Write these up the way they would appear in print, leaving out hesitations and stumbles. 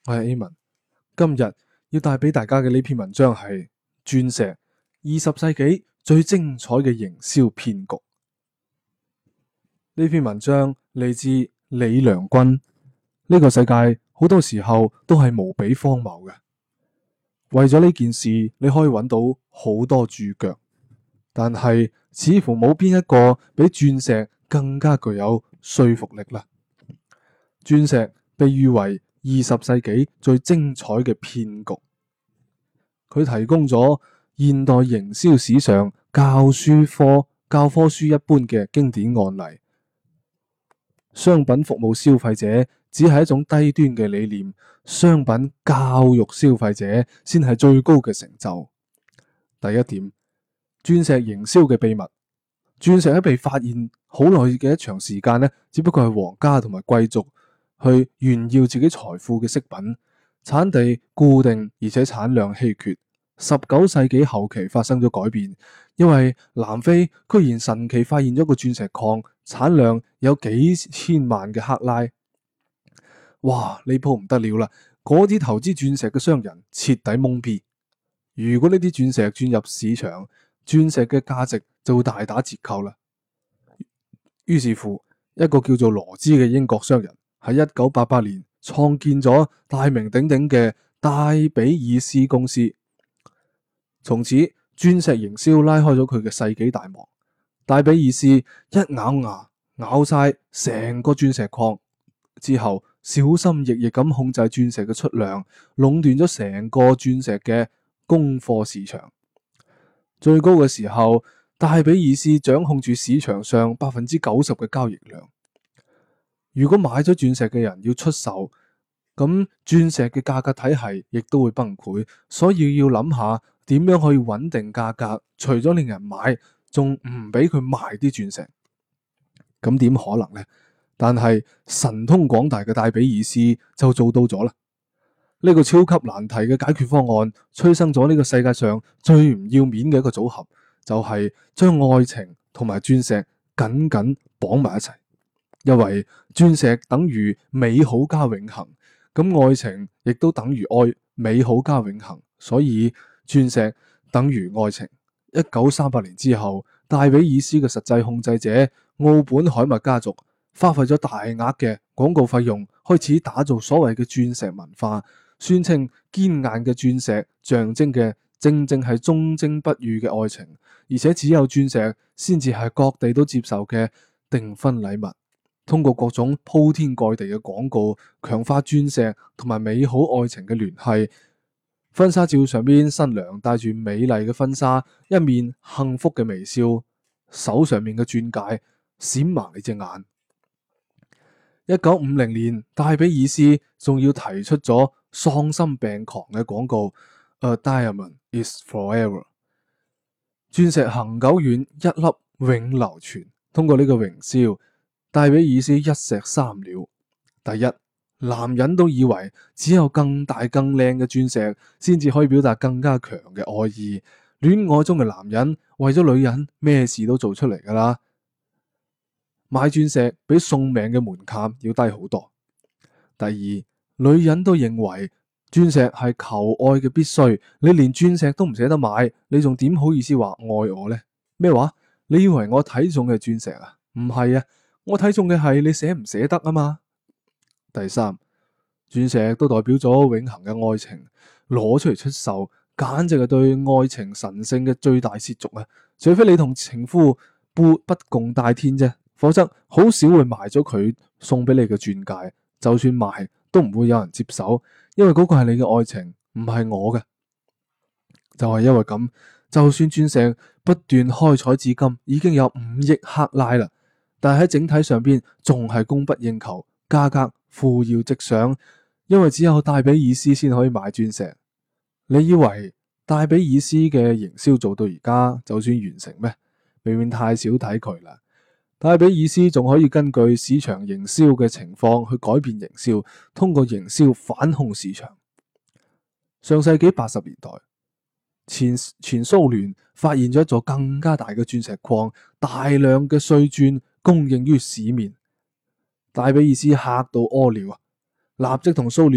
我係 A 文，今日要帶俾大家嘅呢篇文章係鑽石20世紀最精彩嘅營銷騙局。呢篇文章嚟自李良君。呢個世界好多時候都係無比荒謬嘅，為咗呢件事你可以揾到好多注腳，但係似乎冇邊一個比鑽石更加具有說服力啦。鑽石被譽為20世紀最精彩嘅騙局，佢提供咗現代營銷史上教科書一般嘅經典案例。商品服務消費者只係一種低端嘅理念，商品教育消費者先係最高嘅成就。第一點，鑽石營銷嘅秘密。鑽石喺被發現好耐嘅一長時間呢，只不過係皇家同埋貴族去炫耀自己財富嘅飾品，產地固定而且產量稀缺。19世紀後期發生咗改變，因為南非居然神奇發現咗個鑽石礦，產量有幾千萬嘅克拉。哇！呢鋪唔得了啦，嗰啲投資鑽石嘅商人徹底懵逼。如果呢啲鑽石轉入市場，鑽石嘅價值就會大打折扣啦。於是乎，一個叫做羅茲嘅英國商人喺1988年創建咗大名鼎鼎嘅戴比爾斯公司。從此，鑽石營銷拉開咗佢嘅世紀大幕。戴比爾斯一咬牙咬晒成個鑽石礦之後，小心翼翼咁控制鑽石嘅出量，壟斷咗成個鑽石嘅供貨市場。最高嘅時候，戴比爾斯掌控住市場上90%嘅交易量。如果買咗鑽石嘅人要出售，咁鑽石嘅價格體系亦都會崩潰。所以要諗下點樣可以穩定價格，除咗令人買，仲唔俾佢賣啲鑽石。咁點可能呢？但係神通廣大嘅戴比爾斯就做到咗啦。呢個超級難題嘅解決方案，催生咗呢個世界上最唔要面嘅一個組合，就係將愛情同埋鑽石緊緊綁埋一齊。因為鑽石等於美好加永恆，咁愛情亦都等於愛美好加永恆，所以鑽石等於愛情。1938年之後，戴比爾斯嘅實際控制者奧本海默家族花費咗大額嘅廣告費用，開始打造所謂嘅鑽石文化，宣稱堅硬嘅鑽石象徵嘅正正係忠貞不渝嘅愛情，而且只有鑽石先至係各地都接受嘅訂婚禮物。通過各種鋪天蓋地嘅廣告，強化鑽石同埋美好愛情嘅聯繫。婚紗照上邊，新娘戴住美麗嘅婚紗，一面幸福嘅微笑，手上面嘅鑽戒閃盲你隻眼。1950年，戴比爾斯仲要提出咗喪心病狂嘅廣告 ：A diamond is forever。鑽石恒久遠，一粒永流傳。通過呢個營銷，戴比爾斯一石三鳥。第一，男人都以為只有更大更靚嘅鑽石先至可以表達更加強嘅愛意。戀愛中嘅男人為咗女人咩事都做出嚟噶啦。買鑽石比送命嘅門檻要低好多。第二，女人都認為鑽石係求愛嘅必須，你連鑽石都唔捨得買，你仲點好意思話愛我呢？咩話？你以為我睇中嘅鑽石啊？唔係啊，我睇中嘅係你捨唔捨得啊嘛。第三，鑽石都代表咗永恆嘅愛情，攞出嚟出售，簡直係對愛情神聖嘅最大褻瀆啊！除非你同情夫不共戴天啫，否則好少會賣咗佢送俾你嘅鑽戒。就算賣，都唔會有人接手，因為嗰個係你嘅愛情，唔係我嘅。就係因為咁，就算鑽石不斷開採至今，已經有5億克拉啦，但係喺整體上邊仲係供不應求，價格扶搖直上，因為只有戴比爾斯先可以買鑽石。你以為戴比爾斯嘅營銷做到而家就算完成咩？未免太少睇佢啦。戴比爾斯仲可以根據市場營銷嘅情況去改變營銷，通過營銷反控市場。上世紀80年代，前蘇聯發現咗一座更加大嘅鑽石礦，大量嘅碎鑽供應於市面。戴比爾斯嚇到屙尿啊！立即同蘇聯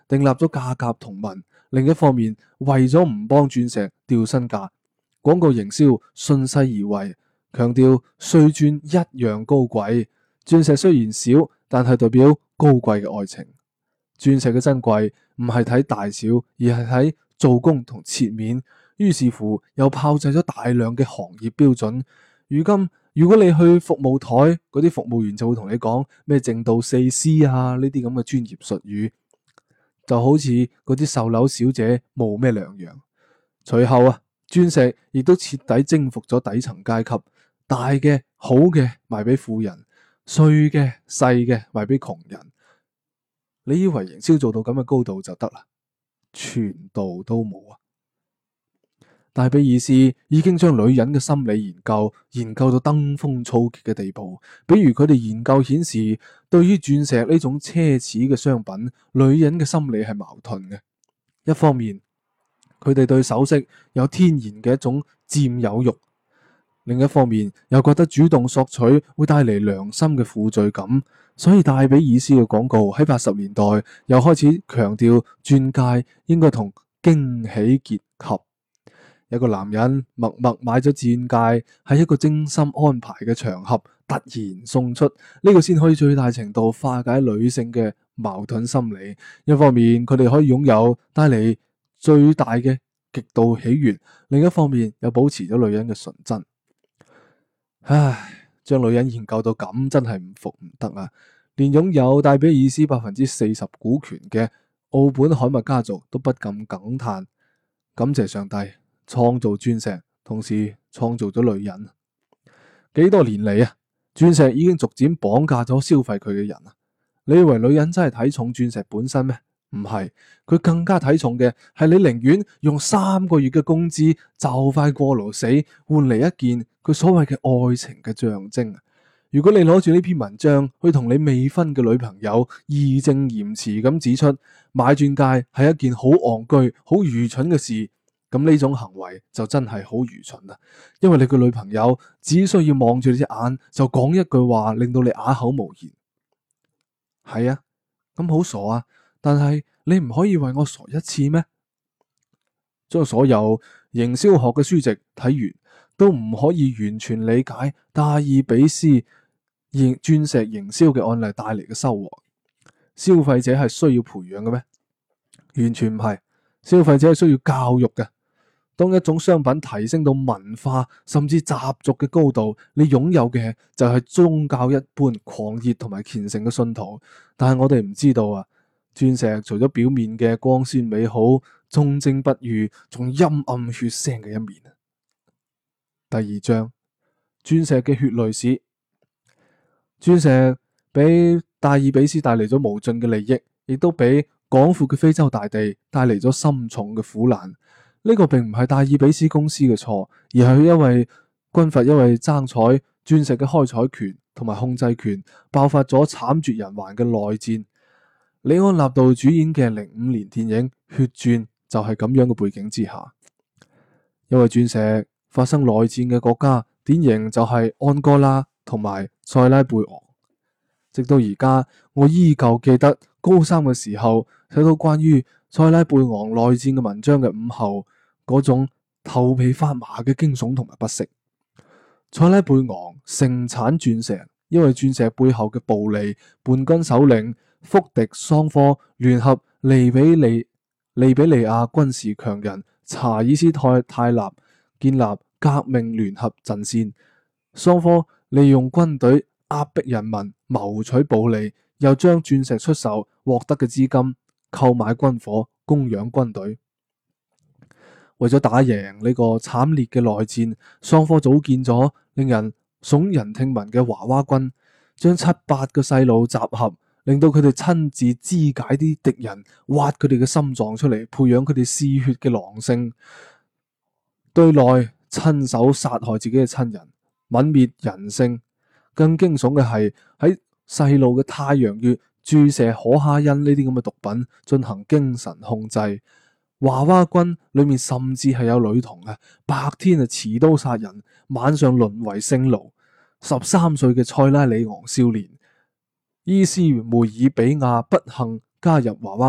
訂立咗價格同盟，另一方面為咗唔幫鑽石掉身價，廣告營銷順勢而為，強調碎鑽一樣高貴。鑽石雖然少，但係代表高貴嘅愛情。鑽石嘅珍貴唔係睇大小，而係睇做工同切面。於是乎又炮製咗大量嘅行業標準。如今如果你去服務台，嗰啲服務員就會同你講咩淨度4C啊，呢啲咁嘅專業術語，就好似嗰啲售樓小姐冇咩兩樣。隨後啊，鑽石亦都徹底征服咗底層階級，大嘅好嘅賣俾富人，碎嘅細嘅賣俾窮人。你以為營銷做到咁嘅高度就得啦？全度都冇啊！戴比爾斯已經將女人嘅心理研究到登峰造極嘅地步，比如佢哋研究顯示，對於鑽石呢種奢侈嘅商品，女人嘅心理係矛盾嘅。一方面，佢哋對首飾有天然嘅一種佔有欲，另一方面又覺得主動索取會帶嚟良心嘅負罪感。所以戴比爾斯嘅廣告喺80年代又開始強調鑽戒應該同驚喜結合。有個男人默默買咗鑽戒，喺一個精心安排嘅場合突然送出，呢個先可以最大程度化解女性嘅矛盾心理。一方面佢哋可以擁有，帶嚟最大嘅極度喜悅，另一方面又保持咗女人嘅純真。唉，將女人研究到咁真係唔服唔得啊！連擁有戴比爾斯40%股權嘅奧本海默家族都不禁感嘆：感謝上帝創造鑽石，同時創造咗女人。幾多年嚟啊，鑽石已經逐漸綁架咗消費佢嘅人啊！你以為女人真係睇重鑽石本身咩？唔係，佢更加睇重嘅係你寧願用3個月嘅工資就快過勞死，換嚟一件佢所謂嘅愛情嘅象徵。如果你攞住呢篇文章去同你未婚嘅女朋友義正言辭咁指出買鑽戒係一件好戇居、好愚蠢嘅事，咁呢種行為就真係好愚蠢啦。因為你個女朋友只需要望住你隻眼就講一句話，令到你啞口無言。係啊，咁好傻啊！但係你唔可以為我傻一次咩？將所有營銷學嘅書籍睇完，都唔可以完全理解戴爾比斯鑽石營銷嘅案例帶嚟嘅收穫。消費者係需要培養嘅咩？完全唔係，消費者係需要教育嘅。當一種商品提升到文化甚至習俗嘅高度，你擁有嘅就係宗教一般狂熱同埋虔誠嘅信徒。但係我哋唔知道啊，鑽石除咗表面嘅光鮮美好、忠貞不渝，仲陰暗血腥嘅一面。第2章，鑽石嘅血淚史。鑽石俾戴爾比斯帶嚟咗無盡嘅利益，亦都俾廣闊嘅非洲大地帶嚟咗深重嘅苦難。呢個並唔係戴爾比斯公司嘅錯，而係因為軍閥因為爭採鑽石嘅開採權同埋控制權，爆發咗慘絕人寰嘅內戰。李安納度主演嘅05年電影《血鑽》就係咁樣嘅背景之下。因為鑽石發生內戰嘅國家，典型就係安哥拉同埋塞拉貝昂。直到而家，我依舊記得高3嘅時候睇到關於塞拉貝昂內戰嘅文章嘅午後，嗰種頭皮發麻嘅驚悚同埋不適。塞拉貝昂盛產鑽石，因為鑽石背後嘅暴利叛軍首領福迪桑科聯合利比里亞軍事強人查爾斯泰納建立革命聯合陣線。桑科利用軍隊壓迫人民，謀取暴利，又將鑽石出售獲得嘅資金購買軍火，供養軍隊。為咗打贏呢個慘烈嘅內戰，桑科組建咗令人聳人聽聞嘅娃娃軍，將7-8個細路集合，令到佢哋親自肢解啲敵人，挖佢哋嘅心臟出嚟，培養佢哋嗜血嘅狼性。對內親手殺害自己嘅親人，泯滅人性。更驚悚嘅係喺細路嘅太陽穴注射可卡因呢啲咁嘅毒品，進行精神控制。娃娃軍裏面甚至係有女童啊，白天持刀殺人，晚上淪為性奴。13歲嘅塞拉里昂少年伊斯梅爾比亞不幸加入娃娃軍，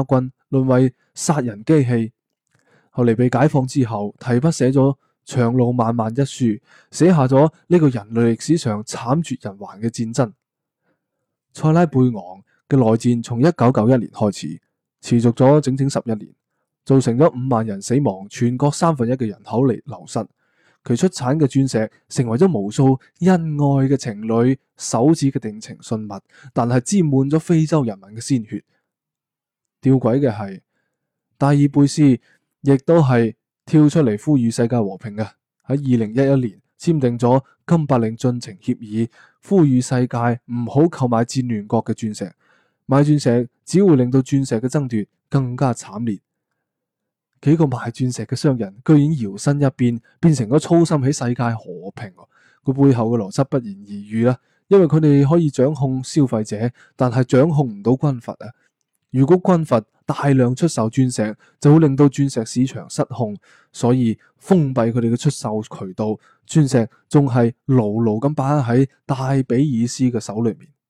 淪為殺人機器。後嚟被解放之後，提筆寫咗《長路漫漫》一書，寫下咗呢個人類歷史上慘絕人寰嘅戰爭。塞拉貝昂嘅內戰從1991年開始，持續咗整整11年，造成咗5萬人死亡，全國1/3嘅人口嚟流失。佢出產嘅鑽石成為咗無數恩愛嘅情侶手指嘅定情信物，但係沾滿咗非洲人民嘅鮮血。吊詭嘅係，戴爾貝斯亦都係跳出嚟呼籲世界和平嘅，喺2011年簽訂咗金伯令進程協議，呼籲世界唔好購買戰亂國嘅鑽石，買鑽石只會令到鑽石嘅爭奪更加慘烈。幾個賣鑽石嘅商人居然搖身一變，變成咗操心起世界和平。佢背後嘅邏輯不言而喻啦，因為佢哋可以掌控消費者，但係掌控唔到軍閥啊。如果軍閥大量出售鑽石，就會令到鑽石市場失控，所以封閉佢哋嘅出售渠道，鑽石仲係牢牢咁擺喺戴比爾斯嘅手裏面。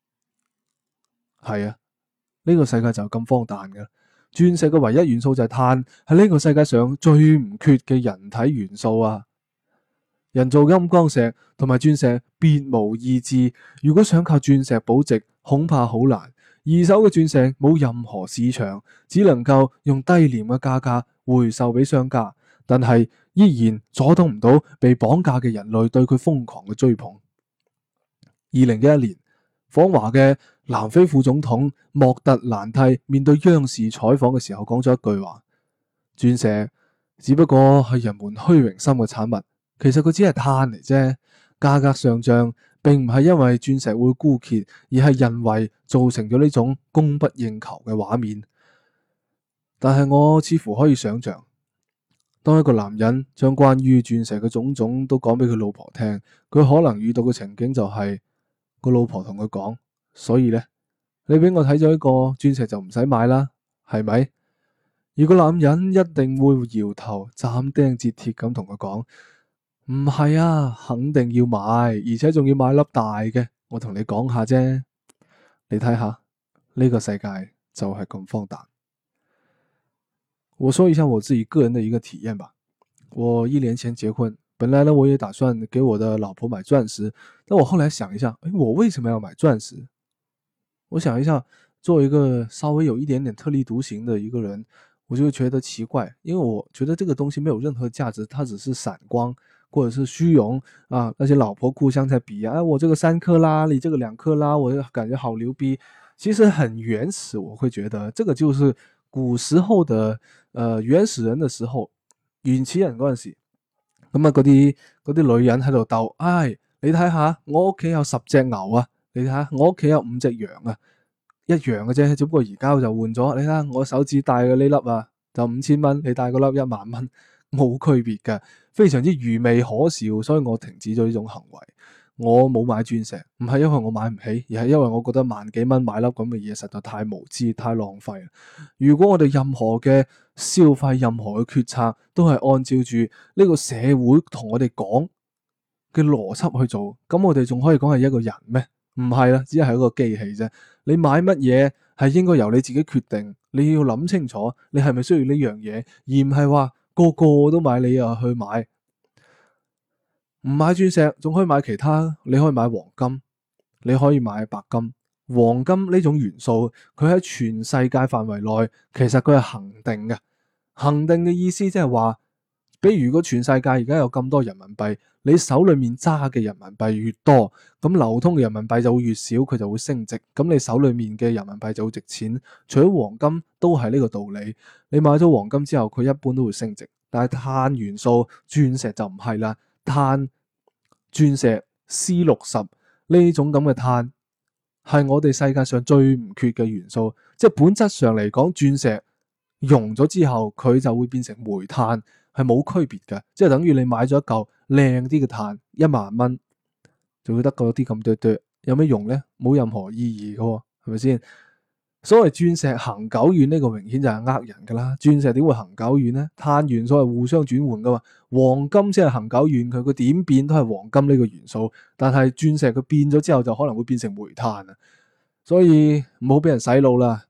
係啊，呢個世界就咁荒誕嘅。鑽石嘅唯一元素就係碳，係呢個世界上最唔缺嘅人體元素啊！人造金剛石同埋鑽石別無二致，如果想靠鑽石保值，恐怕好難。二手嘅鑽石冇任何市場，只能夠用低廉嘅價格回售俾商家，但係依然阻擋唔到被綁架嘅人類對佢瘋狂嘅追捧。2011年，訪華嘅南非副總統莫特蘭蒂面對央視採訪嘅時候講咗一句話：鑽石只不過係人們虛榮心嘅產物，其實佢只係碳嚟啫。價格上漲並唔係因為鑽石會枯竭，而係人為造成咗呢種供不應求嘅畫面。但係我似乎可以想象，當一個男人將關於鑽石嘅種種都講俾佢老婆聽，佢可能遇到嘅情景就係個老婆同佢講：所以咧，你俾我睇咗一個鑽石就唔使買啦，係咪？而個男人一定會搖頭，斬釘截鐵咁同佢講：唔係啊，肯定要買，而且仲要買粒大嘅。我同你講下啫，你睇下呢個世界就係咁荒誕。我說一下我自己個人的一個體驗吧。我1年前結婚，本來呢我也打算給我的老婆買鑽石，但我後來想一下，我為什麼要買鑽石？我想一下，作為一個稍微有一點點特立獨行的一個人，我就覺得奇怪，因為我覺得這個東西沒有任何價值，它只是閃光或者是虛榮啊。那些老婆互相在比啊，我這個3克拉，你這個2克拉，我感覺好牛逼。其實很原始，我會覺得這個就是古時候的原始人的時候，原始人嗰陣時，咁啊嗰啲女人喺度鬥，你睇下我屋企有10隻牛啊，你睇下我屋企有5隻羊啊，一樣嘅啫，只不過而家就換咗，你睇下我手指戴嘅呢粒啊就5000蚊，你戴嗰粒1萬蚊，冇區別嘅，非常之愚昧可笑，所以我停止咗呢種行為。我冇買鑽石，唔係因為我買唔起，而係因為我覺得萬幾蚊買粒咁嘅嘢實在太無知、太浪費。如果我哋任何嘅消費、任何嘅決策都係按照住呢個社會同我哋講嘅邏輯去做，咁我哋仲可以講係一個人咩？唔係啦，只係一個機器啫。你買乜嘢係應該由你自己決定，你要諗清楚，你係咪需要呢樣嘢，而唔係話個個都買你又去買。唔買鑽石，仲可以買其他，你可以買黃金，你可以買白金。黃金呢種元素，佢喺全世界範圍內，其實佢係恒定嘅。恒定嘅意思即係話，比如果全世界而家有咁多人民幣，你手裏面揸嘅人民幣越多，咁流通嘅人民幣就會越少，佢就會升值。咁你手裏面嘅人民幣就會值錢。除咗黃金都係呢個道理。你買咗黃金之後，佢一般都會升值。但係碳元素，鑽石就唔係啦。碳、鑽石、C60呢種咁嘅碳係我哋世界上最唔缺嘅元素，即係本質上嚟講，鑽石溶咗之後佢就會變成煤炭，係冇區別嘅，即係等於你買咗一嚿靚啲嘅碳1萬蚊，就會得嗰啲咁多多，有咩用呢？冇任何意義嘅，係咪先？所謂鑽石恒久遠呢個明顯就係呃人噶啦，鑽石點會恒久遠呢？碳元素係互相轉換噶嘛，黃金先係恒久遠，佢點變都係黃金呢個元素，但係鑽石佢變咗之後就可能會變成煤炭啊，所以唔好俾人洗腦啦。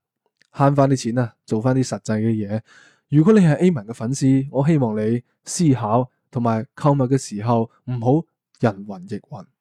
慳翻啲錢啊，做翻啲實際嘅嘢。如果你係 A 文嘅粉絲，我希望你思考同埋購物嘅時候唔好人云亦云。